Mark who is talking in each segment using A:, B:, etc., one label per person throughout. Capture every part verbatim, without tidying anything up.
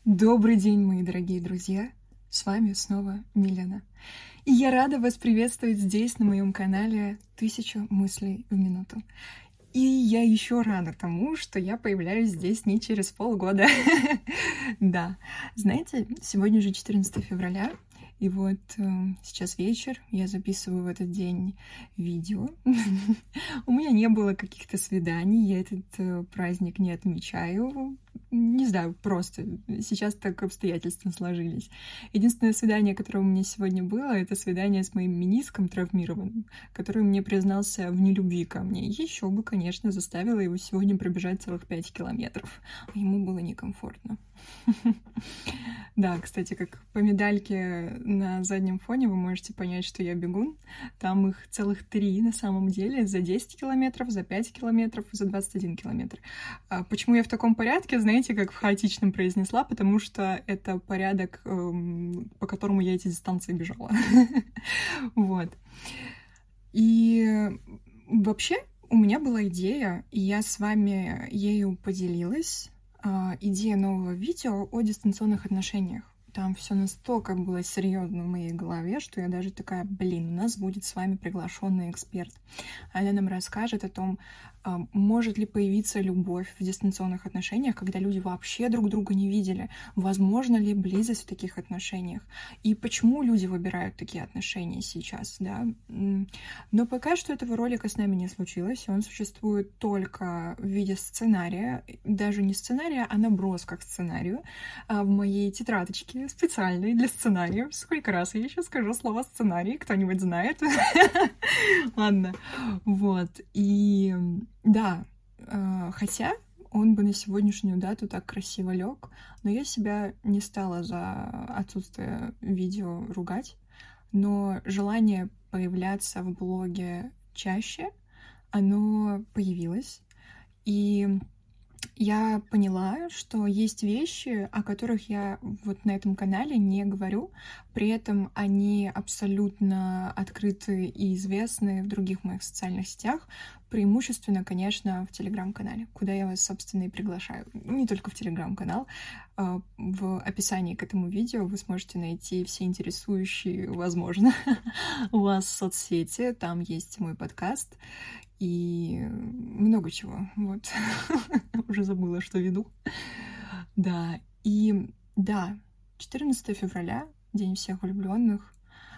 A: Добрый день, мои дорогие друзья! С вами снова Милена. И я рада вас приветствовать здесь, на моем канале «Тысяча мыслей в минуту». И я еще рада тому, что я появляюсь здесь не через полгода. Да, знаете, сегодня уже четырнадцатое февраля, и вот э, сейчас вечер, я записываю в этот день видео. У меня не было каких-то свиданий, я этот э, праздник не отмечаю. Не знаю, просто сейчас так обстоятельства сложились. Единственное свидание, которое у меня сегодня было, это свидание с моим мениском травмированным, который мне признался в нелюбви ко мне. Еще бы, конечно, заставила его сегодня пробежать целых пять километров. Ему было некомфортно. Да, кстати, как по медальке на заднем фоне вы можете понять, что я бегун. Там их целых три на самом деле. За десять километров, за пять километров и за двадцать один километр. А почему я в таком порядке, знаете, как в хаотичном произнесла? Потому что это порядок, эм, по которому я эти дистанции бежала. Вот. И вообще у меня была идея, и я с вами ею поделилась. Идея нового видео о дистанционных отношениях. Там все настолько было серьезно в моей голове, что я даже такая, блин, у нас будет с вами приглашенный эксперт. Она нам расскажет о том, может ли появиться любовь в дистанционных отношениях, когда люди вообще друг друга не видели, возможно ли близость в таких отношениях, и почему люди выбирают такие отношения сейчас, да. Но пока что этого ролика с нами не случилось, он существует только в виде сценария, даже не сценария, а наброска к сценарию в моей тетрадочке специальной для сценариев. Сколько раз я еще скажу слово «сценарий», кто-нибудь знает? Ладно, вот, и да, хотя он бы на сегодняшнюю дату так красиво лег, но я себя не стала за отсутствие видео ругать, но желание появляться в блоге чаще, оно появилось, и я поняла, что есть вещи, о которых я вот на этом канале не говорю, при этом они абсолютно открыты и известны в других моих социальных сетях, преимущественно, конечно, в Телеграм-канале, куда я вас, собственно, и приглашаю. Не только в Телеграм-канал. В описании к этому видео вы сможете найти все интересующие, возможно, вас соцсети. Там есть мой подкаст и много чего. Вот. Уже забыла, что веду. Да, и да, четырнадцатое февраля, День всех влюбленных.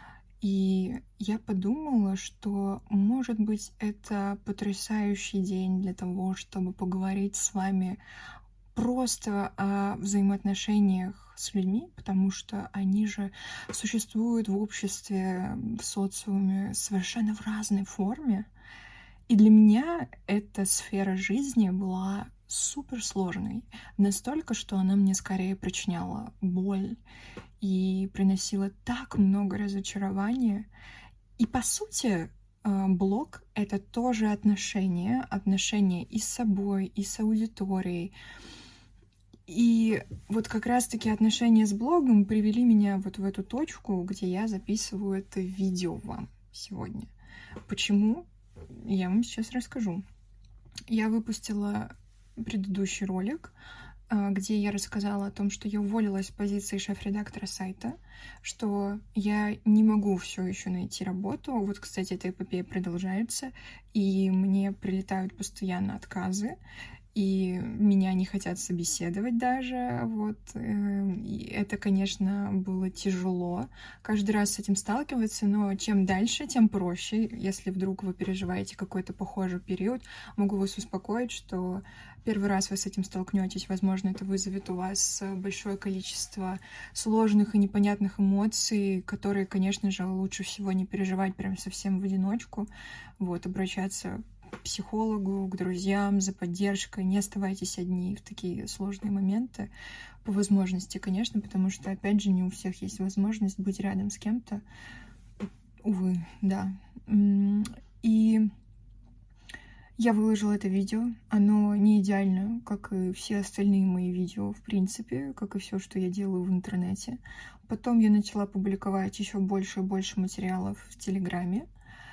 A: И я подумала, что, может быть, это потрясающий день для того, чтобы поговорить с вами просто о взаимоотношениях с людьми, потому что они же существуют в обществе, в социуме совершенно в разной форме. И для меня эта сфера жизни была суперсложной, настолько, что она мне скорее причиняла боль и приносила так много разочарования. И, по сути, блог — это тоже отношения, отношения и с собой, и с аудиторией. И вот как раз-таки отношения с блогом привели меня вот в эту точку, где я записываю это видео вам сегодня. Почему? Я вам сейчас расскажу. Я выпустила предыдущий ролик, где я рассказала о том, что я уволилась с позиции шеф-редактора сайта, что я не могу все еще найти работу. Вот, кстати, эта эпопея продолжается, и мне прилетают постоянно отказы, и меня не хотят собеседовать даже, вот. И это, конечно, было тяжело каждый раз с этим сталкиваться, но чем дальше, тем проще. Если вдруг вы переживаете какой-то похожий период, могу вас успокоить, что первый раз вы с этим столкнетесь, возможно, это вызовет у вас большое количество сложных и непонятных эмоций, которые, конечно же, лучше всего не переживать прям совсем в одиночку, вот, обращаться к психологу, к друзьям за поддержкой. Не оставайтесь одни в такие сложные моменты, по возможности, конечно, потому что, опять же, не у всех есть возможность быть рядом с кем-то. Увы, да. И я выложила это видео. Оно не идеально, как и все остальные мои видео, в принципе, как и все, что я делаю в интернете. Потом я начала публиковать еще больше и больше материалов в Телеграме.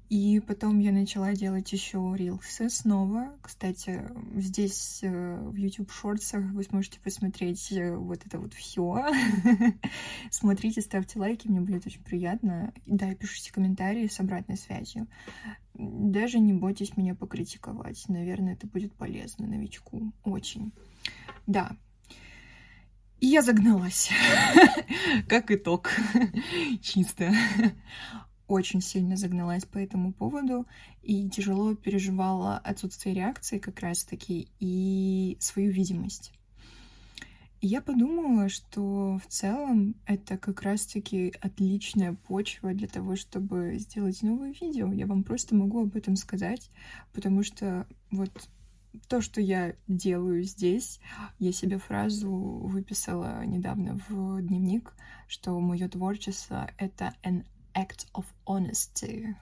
A: И потом я начала делать еще рилсы снова. Кстати, здесь в YouTube шортсах вы сможете посмотреть вот это вот все. Смотрите, ставьте лайки, мне будет очень приятно. Да, и пишите комментарии с обратной связью. Даже не бойтесь меня покритиковать. Наверное, это будет полезно новичку. Очень. Да. И я загналась. Как итог. Чисто. Очень сильно загналась по этому поводу и тяжело переживала отсутствие реакции как раз-таки и свою видимость. И я подумала, что в целом это как раз-таки отличная почва для того, чтобы сделать новое видео. Я вам просто могу об этом сказать, потому что вот то, что я делаю здесь, я себе фразу выписала недавно в дневник, что мое творчество — это an act of honesty.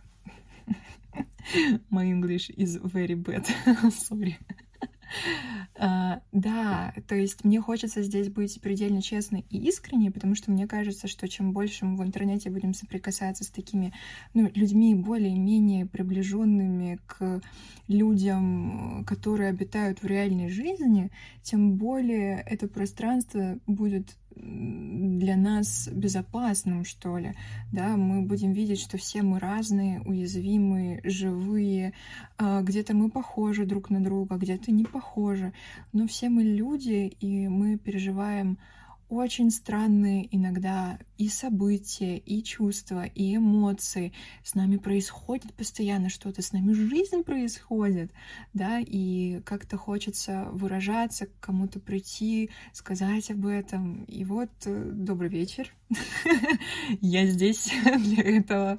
A: My English is very bad. Sorry. Uh, да, то есть мне хочется здесь быть предельно честной и искренней, потому что мне кажется, что чем больше мы в интернете будем соприкасаться с такими, ну, людьми более-менее приближенными к людям, которые обитают в реальной жизни, тем более это пространство будет для нас безопасным, что ли, да, мы будем видеть, что все мы разные, уязвимые, живые, где-то мы похожи друг на друга, где-то не похожи, но все мы люди, и мы переживаем очень странные иногда и события, и чувства, и эмоции. С нами происходит постоянно что-то, с нами жизнь происходит, да, и как-то хочется выражаться, к кому-то прийти, сказать об этом. И вот, добрый вечер, я здесь для этого.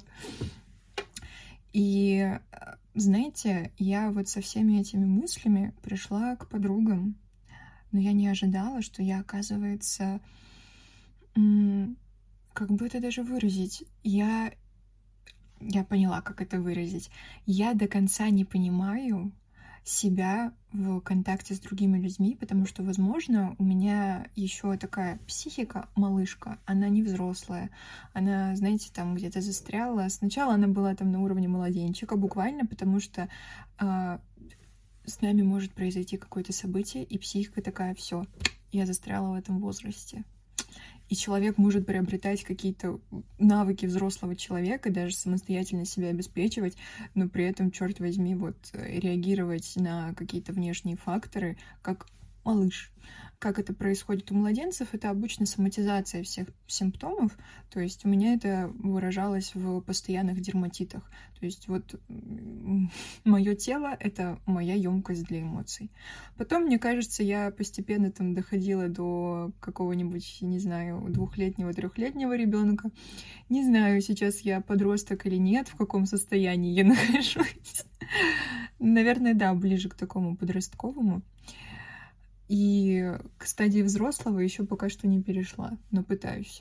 A: И, знаете, я вот со всеми этими мыслями пришла к подругам, но я не ожидала, что я, оказывается, как бы это даже выразить, я, я поняла, как это выразить. Я до конца не понимаю себя в контакте с другими людьми, потому что, возможно, у меня еще такая психика, малышка, она не взрослая, она, знаете, там где-то застряла. Сначала она была там на уровне младенчика, буквально, потому что э, с нами может произойти какое-то событие, и психика такая: все, я застряла в этом возрасте. И человек может приобретать какие-то навыки взрослого человека, даже самостоятельно себя обеспечивать, но при этом, черт возьми, вот реагировать на какие-то внешние факторы, как малыш. Как это происходит у младенцев, это обычно соматизация всех симптомов, то есть у меня это выражалось в постоянных дерматитах. То есть вот мое тело — это моя емкость для эмоций. Потом, мне кажется, я постепенно там доходила до какого-нибудь, не знаю, двухлетнего, трехлетнего ребенка. Не знаю, сейчас я подросток или нет, в каком состоянии я нахожусь. Наверное, да, ближе к такому подростковому. И к стадии взрослого еще пока что не перешла, но пытаюсь.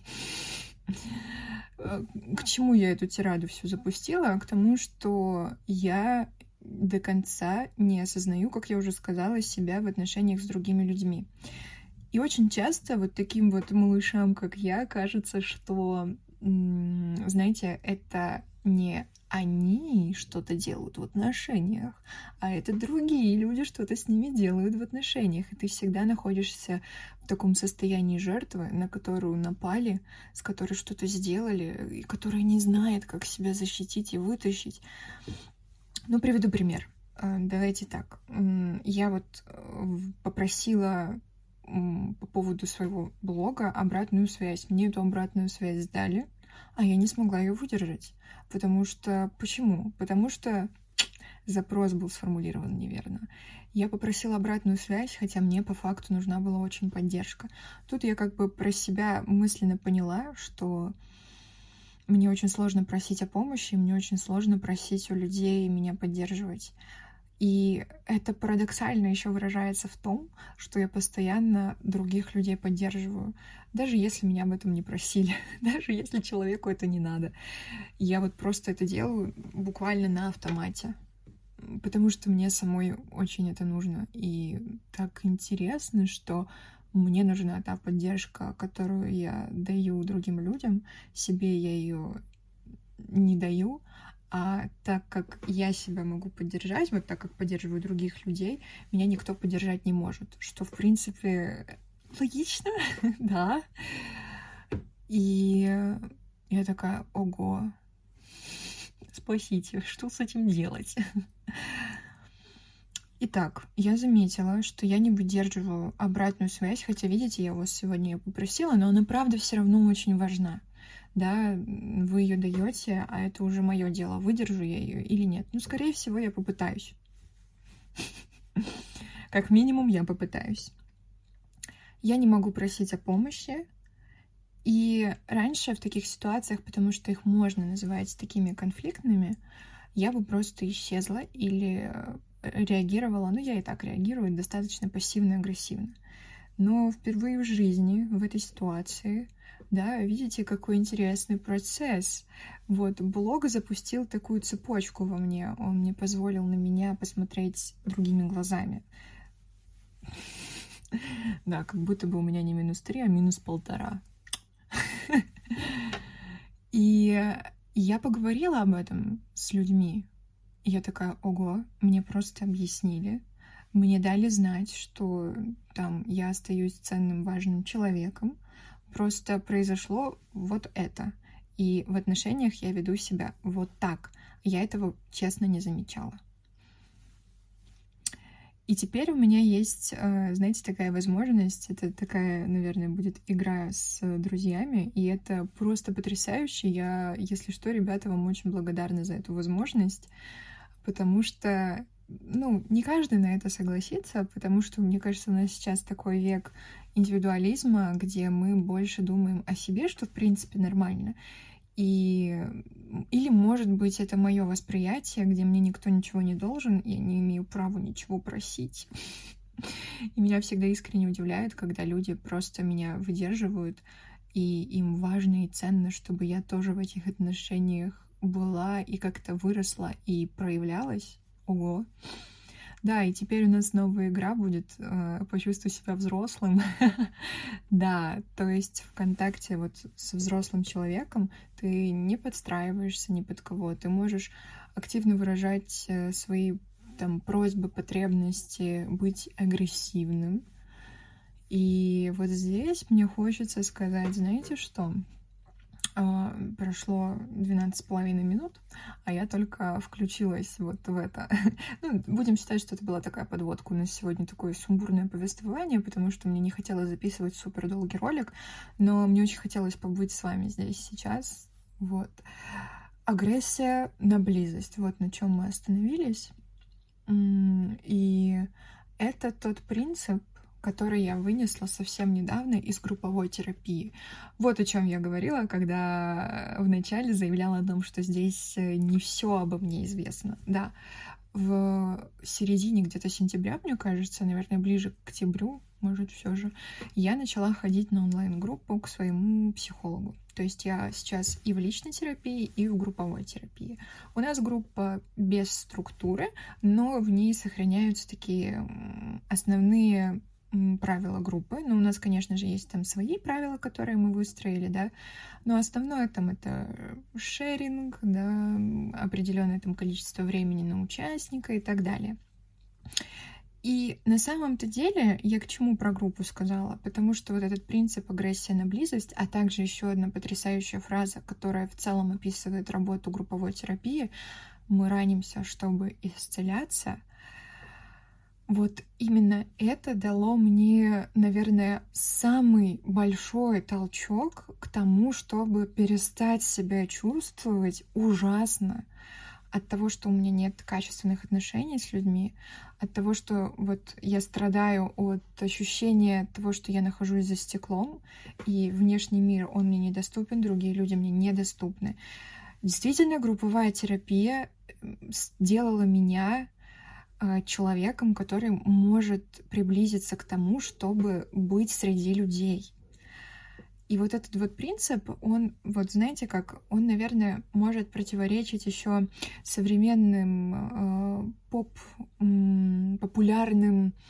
A: К чему я эту тираду всю запустила? К тому, что я до конца не осознаю, как я уже сказала, себя в отношениях с другими людьми. И очень часто вот таким вот малышам, как я, кажется, что, знаете, это не они что-то делают в отношениях, а это другие люди что-то с ними делают в отношениях. И ты всегда находишься в таком состоянии жертвы, на которую напали, с которой что-то сделали, и которая не знает, как себя защитить и вытащить. Ну, приведу пример. Давайте так. Я вот попросила по поводу своего блога обратную связь. Мне эту обратную связь сдали, а я не смогла ее выдержать. Потому что... Почему? Потому что запрос был сформулирован неверно. Я попросила обратную связь, хотя мне по факту нужна была очень поддержка. Тут я как бы про себя мысленно поняла, что мне очень сложно просить о помощи, мне очень сложно просить у людей меня поддерживать. И это парадоксально еще выражается в том, что я постоянно других людей поддерживаю, даже если меня об этом не просили, даже если человеку это не надо. Я вот просто это делаю буквально на автомате, потому что мне самой очень это нужно. И так интересно, что мне нужна та поддержка, которую я даю другим людям, себе я ее не даю, А так как я себя могу поддержать, вот так как поддерживаю других людей, меня никто поддержать не может. Что, в принципе, логично, да. И я такая: ого, спасите, что с этим делать? Итак, я заметила, что я не выдерживаю обратную связь, хотя, видите, я вас сегодня её попросила, но она, правда, все равно очень важна. Да, вы ее даете, а это уже мое дело, выдержу я ее или нет. Ну, скорее всего, я попытаюсь. Как минимум, я попытаюсь. Я не могу просить о помощи. И раньше в таких ситуациях, потому что их можно называть такими конфликтными, я бы просто исчезла или реагировала, ну, я и так реагирую достаточно пассивно-агрессивно. Но впервые в жизни, в этой ситуации, да, видите, какой интересный процесс. Вот, блог запустил такую цепочку во мне. Он мне позволил на меня посмотреть другими глазами. Да, как будто бы у меня не минус три, а минус полтора. И я поговорила об этом с людьми. И я такая: ого, мне просто объяснили. Мне дали знать, что там я остаюсь ценным, важным человеком. Просто произошло вот это. И в отношениях я веду себя вот так. Я этого, честно, не замечала. И теперь у меня есть, знаете, такая возможность. Это такая, наверное, будет игра с друзьями. И это просто потрясающе. Я, если что, ребята, вам очень благодарна за эту возможность. Потому что, ну, не каждый на это согласится, потому что, мне кажется, у нас сейчас такой век индивидуализма, где мы больше думаем о себе, что, в принципе, нормально. И... Или, может быть, это мое восприятие, где мне никто ничего не должен, и я не имею права ничего просить. И меня всегда искренне удивляет, когда люди просто меня выдерживают, и им важно и ценно, чтобы я тоже в этих отношениях была и как-то выросла и проявлялась. Ого. Да, и теперь у нас новая игра будет э, «Почувствуй себя взрослым». Да, то есть в контакте вот со взрослым человеком ты не подстраиваешься ни под кого, ты можешь активно выражать свои там просьбы, потребности, быть агрессивным. И вот здесь мне хочется сказать, знаете что? Прошло двенадцать с половиной минут, а я только включилась вот в это. Ну, будем считать, что это была такая подводка. У нас сегодня такое сумбурное повествование, потому что мне не хотелось записывать супер долгий ролик, но мне очень хотелось побыть с вами здесь сейчас. Вот. Агрессия на близость. Вот на чем мы остановились. И это тот принцип, который я вынесла совсем недавно из групповой терапии. Вот о чем я говорила, когда вначале заявляла о том, что здесь не все обо мне известно. Да, в середине где-то сентября, мне кажется, наверное, ближе к октябрю, может, все же, я начала ходить на онлайн-группу к своему психологу. То есть я сейчас и в личной терапии, и в групповой терапии. У нас группа без структуры, но в ней сохраняются такие основные правила группы. Ну, у нас, конечно же, есть там свои правила, которые мы выстроили, да, но основное там это шеринг, да, определенное там количество времени на участника и так далее. И на самом-то деле я к чему про группу сказала? Потому что вот этот принцип агрессия на близость, а также еще одна потрясающая фраза, которая в целом описывает работу групповой терапии: мы ранимся, чтобы исцеляться. Вот именно это дало мне, наверное, самый большой толчок к тому, чтобы перестать себя чувствовать ужасно от того, что у меня нет качественных отношений с людьми, от того, что вот я страдаю от ощущения того, что я нахожусь за стеклом, и внешний мир, он мне недоступен, другие люди мне недоступны. Действительно, групповая терапия сделала меня человеком, который может приблизиться к тому, чтобы быть среди людей. И вот этот вот принцип, он, вот знаете как, он, наверное, может противоречить еще современным э, поп, м, популярным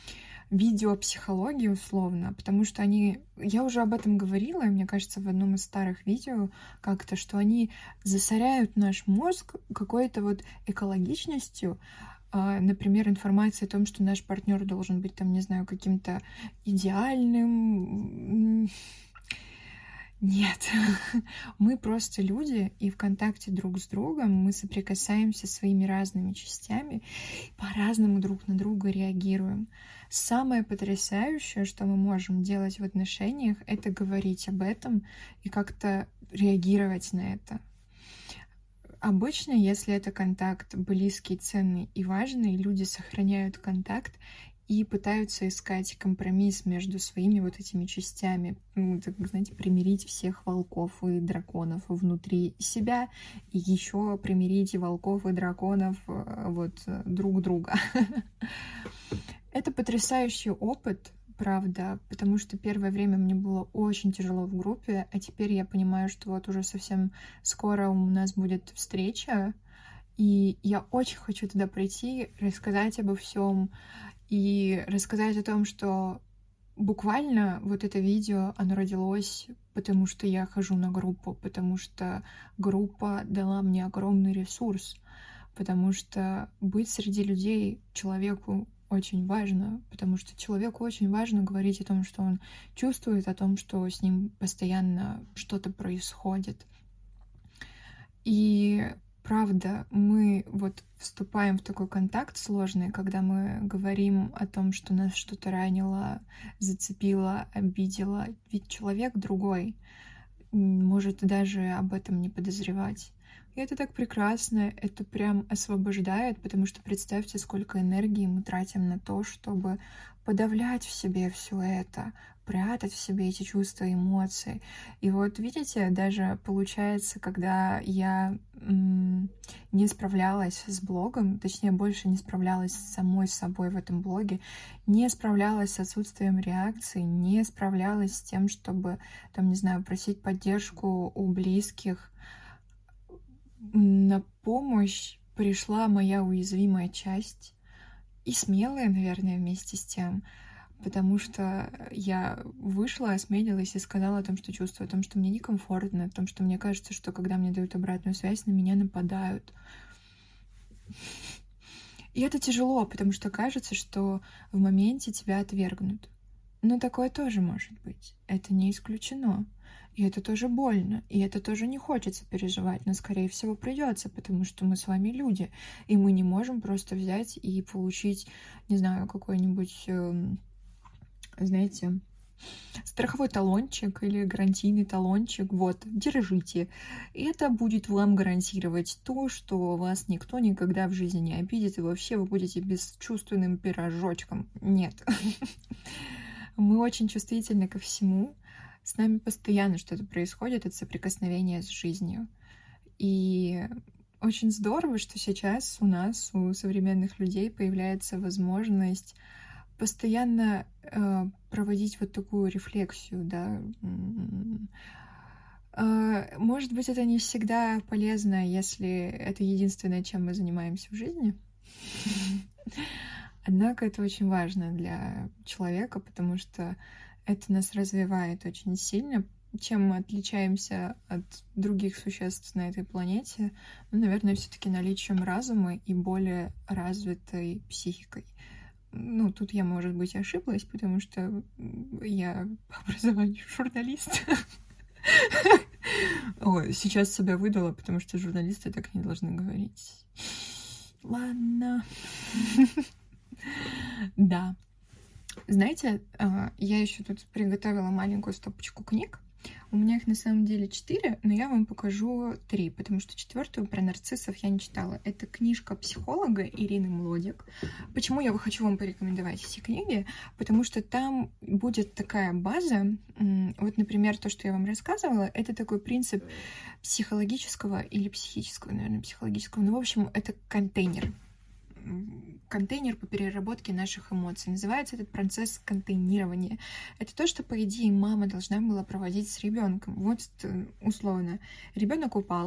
A: видеопсихологии условно, потому что они, я уже об этом говорила, мне кажется, в одном из старых видео как-то, что они засоряют наш мозг какой-то вот экологичностью, например, информация о том, что наш партнер должен быть там, не знаю, каким-то идеальным. Нет, мы просто люди, и в контакте друг с другом мы соприкасаемся своими разными частями, по-разному друг на друга реагируем. Самое потрясающее, что мы можем делать в отношениях, это говорить об этом и как-то реагировать на это. Обычно, если это контакт близкий, ценный и важный, люди сохраняют контакт и пытаются искать компромисс между своими вот этими частями, ну, так, знаете, примирить всех волков и драконов внутри себя, и еще примирить и волков, и драконов вот друг друга. Это потрясающий опыт, правда, потому что первое время мне было очень тяжело в группе, а теперь я понимаю, что вот уже совсем скоро у нас будет встреча, и я очень хочу туда прийти, рассказать обо всем и рассказать о том, что буквально вот это видео, оно родилось, потому что я хожу на группу, потому что группа дала мне огромный ресурс, потому что быть среди людей человеку очень важно, потому что человеку очень важно говорить о том, что он чувствует, о том, что с ним постоянно что-то происходит. И правда, мы вот вступаем в такой контакт сложный, когда мы говорим о том, что нас что-то ранило, зацепило, обидело. Ведь человек другой может даже об этом не подозревать. И это так прекрасно, это прям освобождает, потому что представьте, сколько энергии мы тратим на то, чтобы подавлять в себе все это, прятать в себе эти чувства, эмоции. И вот видите, даже получается, когда я м- не справлялась с блогом, точнее, больше не справлялась с самой собой в этом блоге, не справлялась с отсутствием реакции, не справлялась с тем, чтобы, там, не знаю, просить поддержку у близких, на помощь пришла моя уязвимая часть и смелая, наверное, вместе с тем, потому что я вышла, осмелилась и сказала о том, что чувствую, о том, что мне некомфортно, о том, что мне кажется, что когда мне дают обратную связь, на меня нападают. И это тяжело, потому что кажется, что в моменте тебя отвергнут. Но такое тоже может быть. Это не исключено. И это тоже больно, и это тоже не хочется переживать, но, скорее всего, придется, потому что мы с вами люди, и мы не можем просто взять и получить, не знаю, какой-нибудь, э, знаете, страховой талончик или гарантийный талончик. Вот, держите. И это будет вам гарантировать то, что вас никто никогда в жизни не обидит, и вообще вы будете бесчувственным пирожочком. Нет. Мы очень чувствительны ко всему. С нами постоянно что-то происходит, это соприкосновение с жизнью. И очень здорово, что сейчас у нас, у современных людей, появляется возможность постоянно э, проводить вот такую рефлексию, да. Э, может быть, это не всегда полезно, если это единственное, чем мы занимаемся в жизни. Однако это очень важно для человека, потому что это нас развивает очень сильно. Чем мы отличаемся от других существ на этой планете? Ну, наверное, все-таки наличием разума и более развитой психикой. Ну, тут я, может быть, ошиблась, потому что я по образованию журналист. Ой, сейчас себя выдала, потому что журналисты так не должны говорить. Ладно. Да. Знаете, я еще тут приготовила маленькую стопочку книг. У меня их на самом деле четыре, но я вам покажу три, потому что четвертую про нарциссов я не читала. Это книжка психолога Ирины Млодик. Почему я хочу вам порекомендовать эти книги? Потому что там будет такая база. Вот, например, то, что я вам рассказывала, это такой принцип психологического или психического, наверное, психологического. Ну, в общем, это контейнер. Контейнер по переработке наших эмоций. Называется этот процесс контейнирования. Это то, что, по идее, мама должна была проводить с ребенком. Вот условно. Ребенок упал,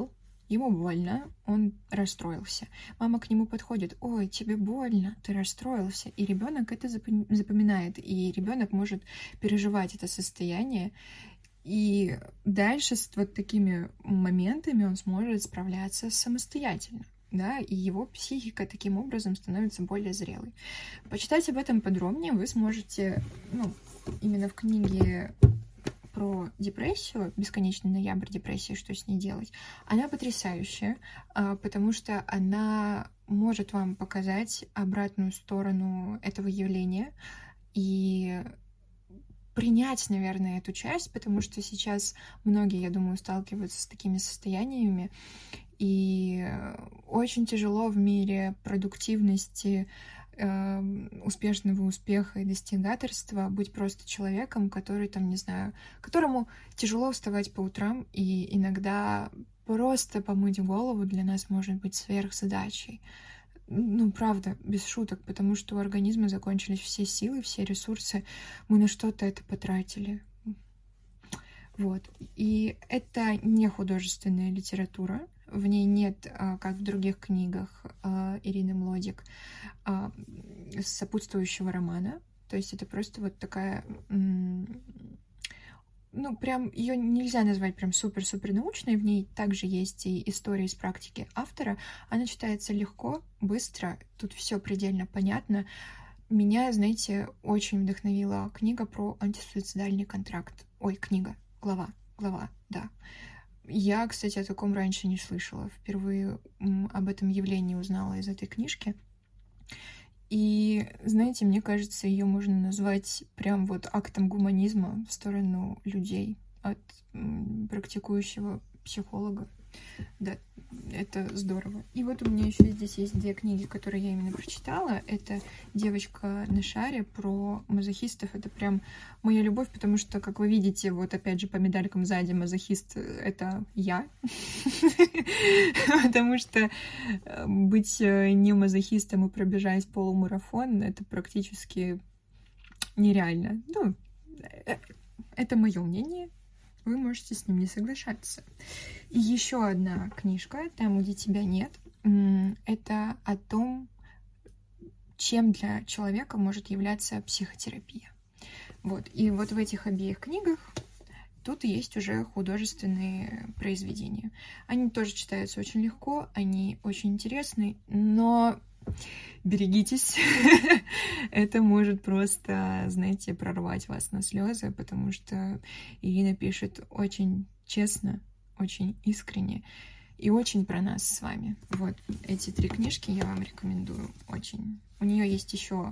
A: ему больно, он расстроился. Мама к нему подходит: ой, тебе больно, ты расстроился. И ребенок это запоминает, и ребенок может переживать это состояние. И дальше с вот такими моментами он сможет справляться самостоятельно. Да, и его психика таким образом становится более зрелой. Почитать об этом подробнее вы сможете, ну, именно в книге про депрессию «Бесконечный ноябрь. Депрессия. Что с ней делать?». Она потрясающая, потому что она может вам показать обратную сторону этого явления и принять, наверное, эту часть, потому что сейчас многие, я думаю, сталкиваются с такими состояниями, и очень тяжело в мире продуктивности, э, успешного успеха и достигаторства быть просто человеком, который, там, не знаю, которому тяжело вставать по утрам, и иногда просто помыть голову для нас может быть сверхзадачей. Ну, правда, без шуток, потому что у организма закончились все силы, все ресурсы, мы на что-то это потратили. Вот. И это не художественная литература, в ней нет, как в других книгах Ирины Млодик, сопутствующего романа. То есть это просто вот такая... Ну, прям ее нельзя назвать прям супер-супер научной. В ней также есть и истории из практики автора. Она читается легко, быстро. Тут все предельно понятно. Меня, знаете, очень вдохновила книга про антисуицидальный контракт. Ой, книга, глава, глава, да. Я, кстати, о таком раньше не слышала. Впервые об этом явлении узнала из этой книжки. И, знаете, мне кажется, ее можно назвать прям вот актом гуманизма в сторону людей от практикующего психолога. Да, это здорово. И вот у меня еще здесь есть две книги, которые я именно прочитала. Это «Девочка на шаре» про мазохистов. Это прям моя любовь, потому что, как вы видите, вот опять же по медалькам сзади мазохист — это я. Потому что быть не мазохистом и пробежать полумарафон — это практически нереально. Ну, это мое мнение. Вы можете с ним не соглашаться. И еще одна книжка «Там, где тебя нет». Это о том, чем для человека может являться психотерапия. Вот. И вот в этих обеих книгах тут есть уже художественные произведения. Они тоже читаются очень легко, они очень интересны, но берегитесь, это может просто, знаете, прорвать вас на слезы, потому что Ирина пишет очень честно, очень искренне и очень про нас с вами. Вот эти три книжки я вам рекомендую очень. У нее есть еще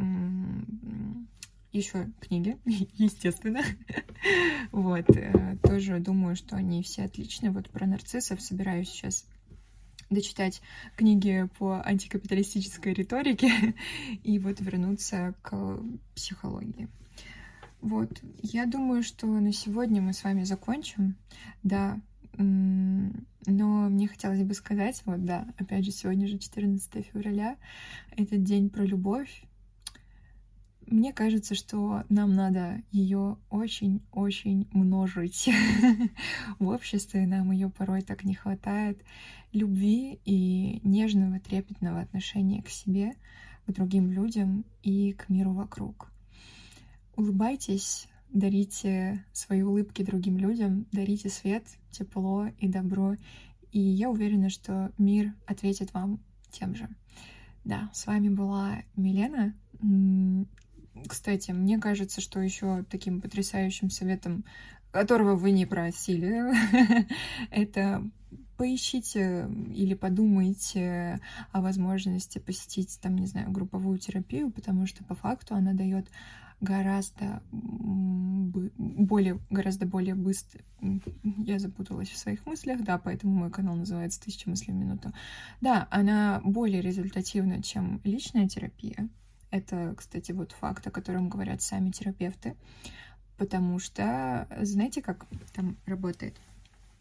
A: еще книги, естественно. Вот, тоже думаю, что они все отличные. Вот про нарциссов собираюсь сейчас дочитать книги по антикапиталистической риторике и вот вернуться к психологии. Вот, я думаю, что на сегодня мы с вами закончим, да, но мне хотелось бы сказать, вот, да, опять же, сегодня же четырнадцатое февраля, этот день про любовь. Мне кажется, что нам надо ее очень-очень множить в обществе, нам ее порой так не хватает, любви и нежного, трепетного отношения к себе, к другим людям и к миру вокруг. Улыбайтесь, дарите свои улыбки другим людям, дарите свет, тепло и добро, и я уверена, что мир ответит вам тем же. Да, с вами была Милена. Кстати, мне кажется, что еще таким потрясающим советом, которого вы не просили, это поищите или подумайте о возможности посетить, там, не знаю, групповую терапию, потому что по факту она дает гораздо более, гораздо более быстро... Я запуталась в своих мыслях, да, поэтому мой канал называется «Тысяча мыслей в минуту». Да, она более результативна, чем личная терапия. Это, кстати, вот факт, о котором говорят сами терапевты, потому что, знаете, как там работает?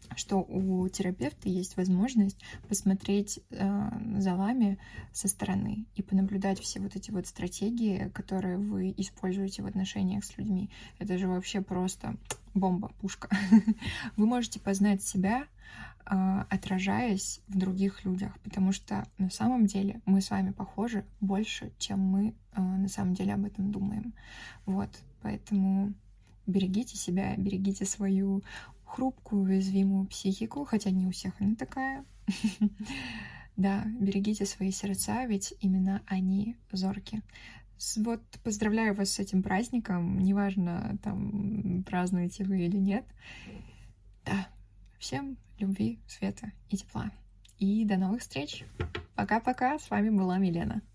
A: что у терапевта есть возможность посмотреть э, за вами со стороны и понаблюдать все вот эти вот стратегии, которые вы используете в отношениях с людьми. Это же вообще просто бомба, пушка. Вы можете познать себя, э, отражаясь в других людях, потому что на самом деле мы с вами похожи больше, чем мы э, на самом деле об этом думаем. Вот, поэтому берегите себя, берегите свою хрупкую, уязвимую психику, хотя не у всех она такая. Да, берегите свои сердца, ведь именно они зорки. Вот поздравляю вас с этим праздником, неважно, там, празднуете вы или нет. Да, всем любви, света и тепла. И до новых встреч. Пока-пока, с вами была Милена.